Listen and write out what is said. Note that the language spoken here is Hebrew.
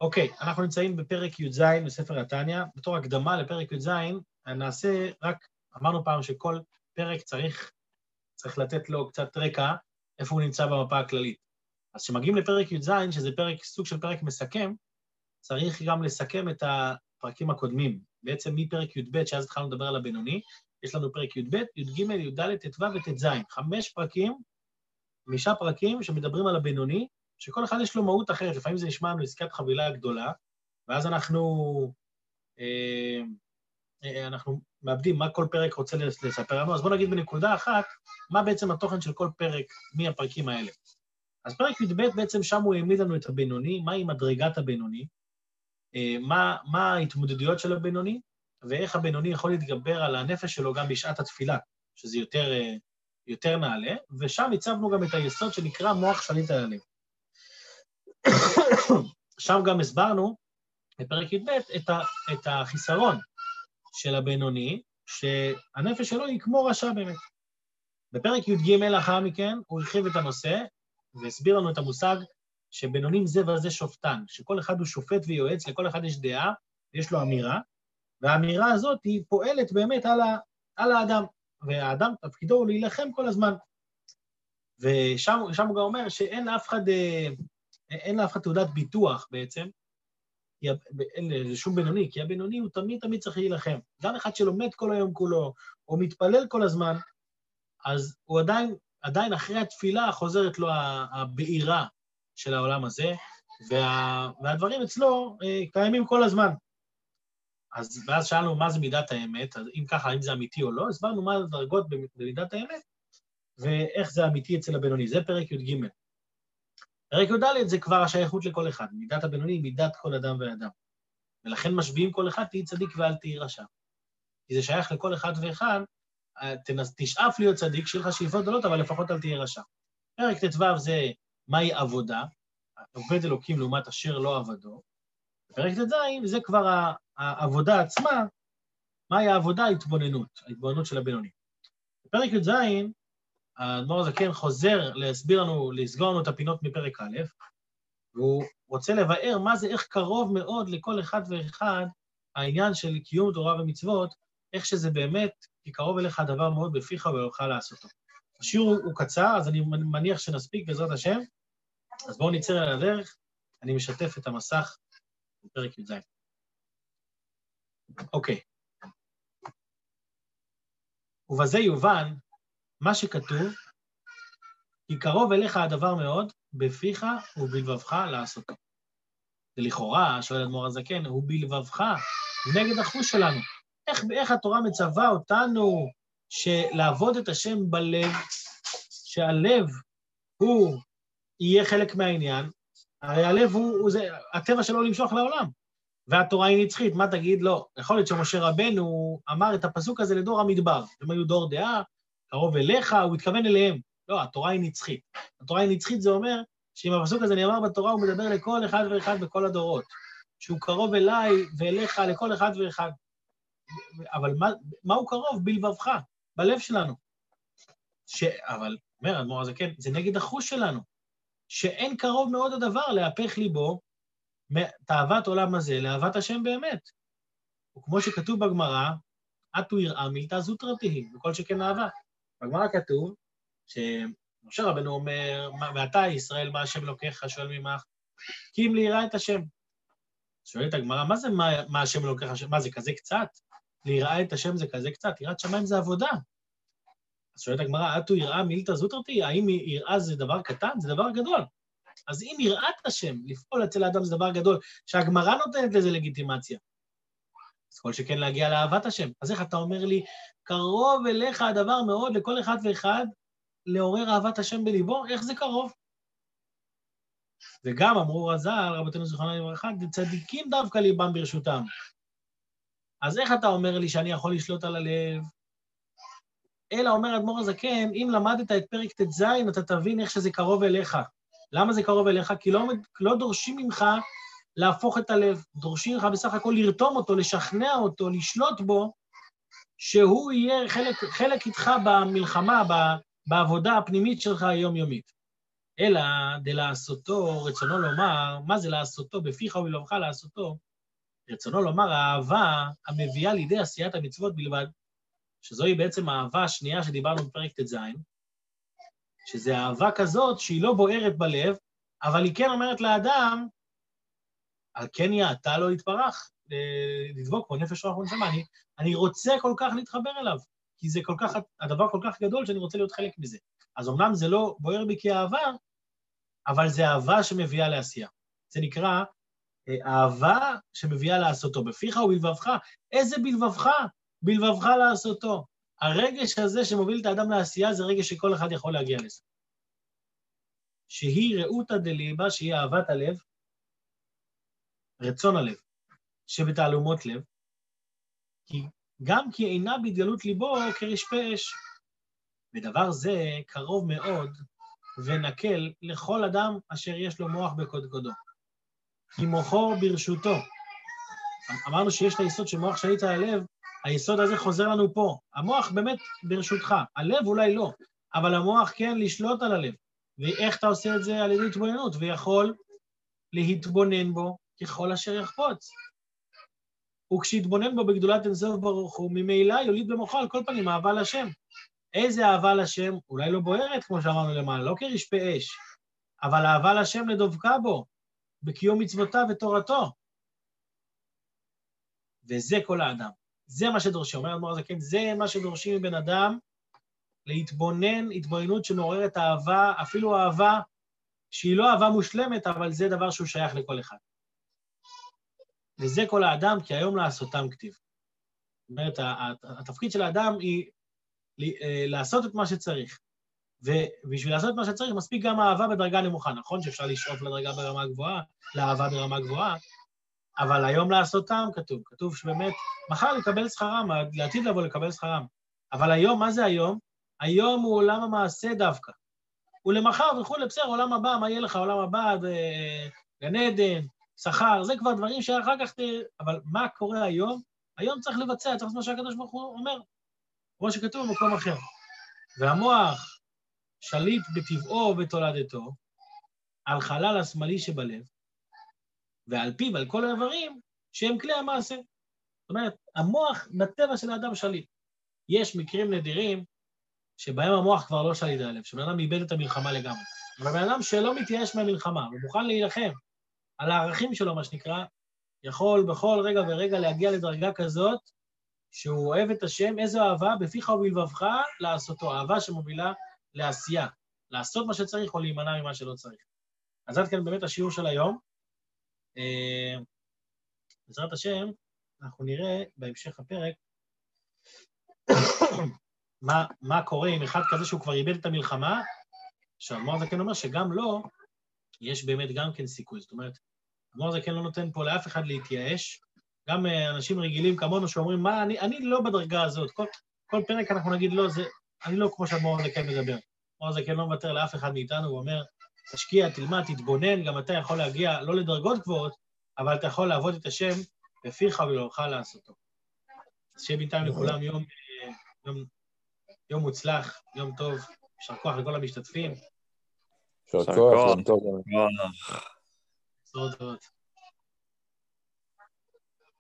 אוקיי, אנחנו נמצאים בפרק י"ז בספר התניא. בתור הקדמה לפרק י"ז, נעשה רק, אמרנו פעם שכל פרק צריך לתת לו קצת רקע, איפה הוא נמצא במפה הכללית. אז כשמגיעים לפרק י"ז, שזה סוג של פרק מסכם, צריך גם לסכם את הפרקים הקודמים. בעצם מפרק י"ב, שאז התחלנו לדבר על הבינוני, יש לנו פרק י"ב, י"ג, י"ד, ט"ו וט"ז. 5 פרקים שמדברים על הבינוני, שכל אחד יש לו מהות אחרת. לפעמים זה נשמע לנו עסקת חבילה גדולה, ואז אנחנו מאבדים מה כל פרק רוצה לספר לנו. אז בואו נגיד בנקודה אחת, מה בעצם התוכן של כל פרק מהפרקים האלה. אז פרק י"ב בעצם שם הוא העמיד לנו את הבינוני, מהי מדרגת הבינוני, מה ההתמודדויות של הבינוני, ואיך הבינוני יכול להתגבר על הנפש שלו גם בשעת התפילה, שזה יותר נעלה, ושם הצבנו גם את היסוד שנקרא מוח שליט על הלב. שם גם הסברנו בפרק י"ב את החיסרון של הבינוני, שהנפש שלו היא כמו רשע באמת. בפרק י"ג לאחר מכן הוא הרחיב את הנושא, והסביר לנו את המושג שבינונים זה וזה שופטן, שכל אחד הוא שופט ויועץ, לכל אחד יש דעה, יש לו אמירה, והאמירה הזאת היא פועלת באמת על האדם, והאדם תפקידו הוא להילחם כל הזמן. ושם הוא גם אומר שאין לאף אחד תעודת ביטוח בעצם, אין שום בינוני, כי הבינוני הוא תמיד צריך להילחם. גם אחד שלומד כל היום כולו, או מתפלל כל הזמן, אז הוא עדיין אחרי התפילה חוזרת לו הבעירה של העולם הזה, והדברים אצלו קיימים כל הזמן. ואז שאלנו מה זה מידת האמת, אז אם ככה, האם זה אמיתי או לא, הסברנו מה הדרגות במידת האמת, ואיך זה אמיתי אצל הבינוני. זה פרק י"ג. פרק י"ד זה כבר השייכות לכל אחד. מידת הבינוני היא מידת כל אדם ואדם. ולכן משביעים כל אחד, תהי צדיק ואל תהי רשע. כי זה שייך לכל אחד ואחד, תשאף להיות צדיק, שיהיה לך שאיפות גדולות, אבל לפחות אל תהיה רשע. פרק ט"ו זה מהי עבודה, עובד אלוקים לעומת אשר לא עבדו. פרק ט"ז זה כבר העבודה עצמה, מהי העבודה? ההתבוננות של הבינוני. בפרק י"ז, האדמו"ר הזקן חוזר להסביר לנו, לסגור לנו את הפינות מפרק א', והוא רוצה לבאר מה זה, איך קרוב מאוד לכל אחד ואחד, העניין של קיום תורה ומצוות, איך שזה באמת, כי קרוב אליך הדבר מאוד בפיך ולאוכל לעשותו. השיעור הוא קצר, אז אני מניח שנספיק בעזרת השם, אז בואו נצא על הדרך, אני משתף את המסך בפרק י"ז. אוקיי. ובזה יובן מה שכתוב, כי קרוב אליך הדבר מאוד בפיך ובלבבך לעשותו. ולכאורה, שואל אדמו"ר הזקן, הוא בלבבך נגד החוש שלנו. איך התורה מצווה אותנו לעבוד את השם בלב, שהלב הוא יהיה חלק מהעניין, הרי הלב זה הטבע שלו למשוך לעולם, והתורה היא נצחית, מה תגיד? לא. יכול להיות שמשה רבנו אמר את הפסוק הזה לדור המדבר, הם היו דור דעה, קרוב אליך, הוא התכוון אליהם. לא, התורה היא נצחית. התורה היא נצחית, זה אומר שאם הפסוק הזה נאמר בתורה, הוא מדבר לכל אחד ואחד בכל הדורות, שהוא קרוב אליי ואליך לכל אחד ואחד. אבל מה הוא קרוב? בלבבך, בלב שלנו. אבל, אומר האדמו"ר הזקן, זה נגד החוש שלנו, שאין קרוב מאוד הדבר להפך ליבו, מתאוות עולם הזה, לאהבת השם באמת. וכמו שכתוב בגמרא, אתו יראה מילתא זוטרתי, בכל שכן אהבה. בגמרא כתוב, שמשה רבנו אומר, ואתה ישראל, מה השם לוקח, שואל ממך, כי אם ליראה את השם. שואלת הגמרא, מה זה מה השם לוקח, מה זה כזה קצת? ליראה את השם זה כזה קצת, יראת שמיים זה עבודה. אז שואלת הגמרא, אתו יראה מילתא זוטרתי, האם יראה זה דבר קטן? זה דבר גדול. אז אם יראת השם, לפעול אצל האדם זה דבר גדול, שהגמרא נותנת לזה לגיטימציה. אז כל שכן להגיע לאהבת השם. אז איך אתה אומר לי, קרוב אליך הדבר מאוד לכל אחד ואחד, לעורר אהבת השם בליבו? איך זה קרוב? וגם אמרו רז"ל, רבותינו זיכרונם לברכה, צדיקים דווקא ליבם ברשותם. אז איך אתה אומר לי שאני יכול לשלוט על הלב? אלא אומר אדמו"ר הזקן, אם למדת את פרק ט"ז, אתה תבין איך שזה קרוב אליך. למה זה קרוב אליך? כי לא דורשים ממך להפוך את הלב, דורשים ממך בסך הכל לרתום אותו, לשכנע אותו, לשלוט בו, שהוא יהיה חלק איתך במלחמה, בעבודה הפנימית שלך היומיומית. אלא דלעשותו, רצונו לומר, מה זה לעשותו? בפיך ובלבבך לעשותו. רצונו לומר, האהבה המביאה לידי עשיית המצוות בלבד, שזוהי בעצם האהבה השנייה שדיברנו בפרק ט"ז, שזה אהבה כזאת שהיא לא בוערת בלב, אבל היא כן אומרת לאדם, על כן יעתה לו להתברך, לדבוק פה נפש רוח ונשמה. אני רוצה כל כך להתחבר אליו, כי זה כל כך, הדבר כל כך גדול שאני רוצה להיות חלק מזה. אז אמנם זה לא בוער בי כאהבה, אבל זה אהבה שמביאה לעשייה. זה נקרא אהבה שמביאה לעשותו. בפיך ובלבבך, איזה בלבבך? בלבבך לעשותו. הרגש הזה שמוביל את האדם לעשייה, זה רגש שכל אחד יכול להגיע לזה. שהיא ראותא דליבה, שהיא אהבת הלב, רצון הלב, שבתעלומות לב, גם כי אינה בהתגלות ליבו כרשפה אש. ודבר זה קרוב מאוד ונקל לכל אדם אשר יש לו מוח בקודקודו. כי מוחו ברשותו. אמרנו שיש את היסוד שמוח שליט על הלב, היסוד הזה חוזר לנו פה. המוח באמת ברשותך, הלב אולי לא, אבל המוח כן לשלוט על הלב. ואיך אתה עושה את זה? על ידי התבוננות, ויכול להתבונן בו ככל אשר יחפוץ. וכשיתבונן בו בגדולת אינסוף ברוך הוא, ממילא יוליד במוחו על כל פנים אהבה לשם. איזה אהבה לשם? אולי לא בוערת, כמו שאמרנו למעלה, לא כרשפה אש, אבל אהבה לשם לדבקה בו, בקיום מצוותיו ותורתו. וזה כל האדם. זה מה שדורשים. אומר אדמו"ר הזקן, זה מה שדורשים מבן אדם, להתבונן, התבוננות שמעוררת אהבה, אפילו אהבה שהיא לא אהבה מושלמת, אבל זה דבר שהוא שייך לכל אחד. וזה כל האדם, כי היום לעשותם כתיב. זאת אומרת, התפקיד של האדם היא לעשות את מה שצריך. ובשביל לעשות את מה שצריך, מספיק גם אהבה בדרגה נמוכה. נכון שאפשר לשאוף לדרגה ברמה גבוהה, לאהבה ברמה גבוהה, אבל היום לעשותם כתוב שבאמת, מחר לקבל שכרם, לעתיד לבוא לקבל שכרם. אבל היום, מה זה היום? היום הוא עולם המעשה דווקא. ולמחר וכו' לבשר, עולם הבא, מה יהיה לך? עולם הבא, גן עדן, שכר, זה כבר דברים שאחר כך אבל מה קורה היום? היום צריך לבצע, צריך לעשות מה שהקדוש ברוך הוא אומר, כמו שכתוב במקום אחר. והמוח שליט בטבעו ובתולדתו, על חלל השמאלי שבלב, ועל פיו, על כל האיברים, שהם כלי המעשה. זאת אומרת, המוח בטבע של האדם שליט. יש מקרים נדירים, שבהם המוח כבר לא שליט על הלב, שבן אדם איבד את המלחמה לגמרי. אבל בן אדם שלא מתייאש מהמלחמה, ומוכן להילחם על הערכים שלו, מה שנקרא, יכול בכל רגע ורגע להגיע לדרגה כזאת, שהוא אוהב את השם, איזו אהבה, בפיך ובלבבך לעשותו, אהבה שמובילה לעשייה, לעשות מה שצריך או להימנע ממה שלא צריך. אז עד כאן באמת השיעור של היום. בעזרת השם, אנחנו נראה בהמשך הפרק, מה קורה עם אחד כזה שהוא כבר איבד את המלחמה, שהאדמו"ר הזקן אומר שגם לו, יש באמת גם כן סיכוי. זאת אומרת, האדמו"ר הזקן לא נותן פה לאף אחד להתייאש, גם אנשים רגילים כמונו שאומרים, מה, אני לא בדרגה הזאת, כל פרק אנחנו נגיד, לא, אני לא כמו שהאדמו"ר הזקן מדבר. האדמו"ר הזקן לא מוותר לאף אחד מאיתנו, הוא אומר, תשקיע, תלמד, תתבונן, גם אתה יכול להגיע לא לדרגות גבוהות, אבל אתה יכול לעבוד את השם בפיך ובלבבך לעשותו. אז שיהיה בינתיים לכולם יום מוצלח, יום טוב, יישר כוח לכל המשתתפים. יישר כוח, יום טוב. בשורות טובות.